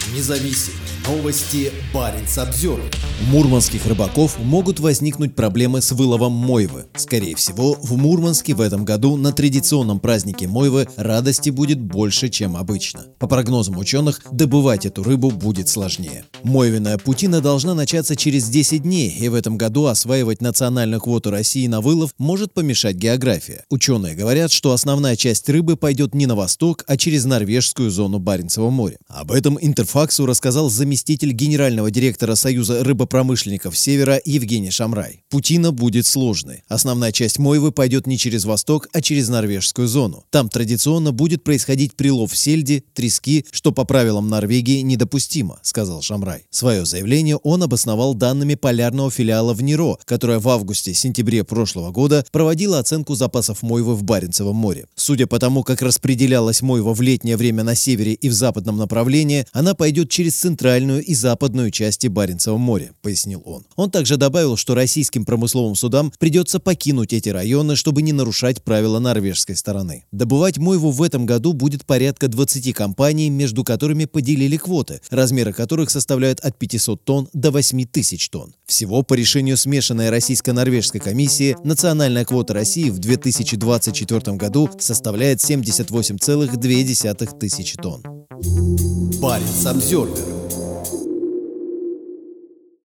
Независимые новости. Баренц-Обзервер. У мурманских рыбаков могут возникнуть проблемы с выловом мойвы. Скорее всего, в Мурманске в этом году на традиционном празднике мойвы радости будет больше, чем обычно. По прогнозам ученых, добывать эту рыбу будет сложнее. Мойвенная путина должна начаться через 10 дней, и в этом году осваивать национальную квоту России на вылов может помешать география. Ученые говорят, что основная часть рыбы пойдет не на восток, а через норвежскую зону Баренцева моря. Об этом Интерфаксу рассказал заместитель генерального директора Союза рыбопромышленников Севера Евгений Шамрай. Путина будет сложной. Основная часть мойвы пойдет не через восток, а через норвежскую зону. Там традиционно будет происходить прилов сельди, трески, что по правилам Норвегии недопустимо, сказал Шамрай. Свое заявление он обосновал данными полярного филиала в НИРО, которая в августе-сентябре прошлого года проводила оценку запасов мойвы в Баренцевом море. Судя по тому, как распределялась мойва в летнее время на севере и в западном направлении, она пойдет через центральную и западную части Баренцева моря, пояснил он. Он также добавил, что российским промысловым судам придется покинуть эти районы, чтобы не нарушать правила норвежской стороны. Добывать мойву в этом году будет порядка 20 компаний, между которыми поделили квоты, размеры которых составляют от 500 тонн до 8000 тонн. Всего по решению смешанной российско-норвежской комиссии национальная квота России в 2024 году составляет 78,2 тысячи тонн. Баренц-Обзервер.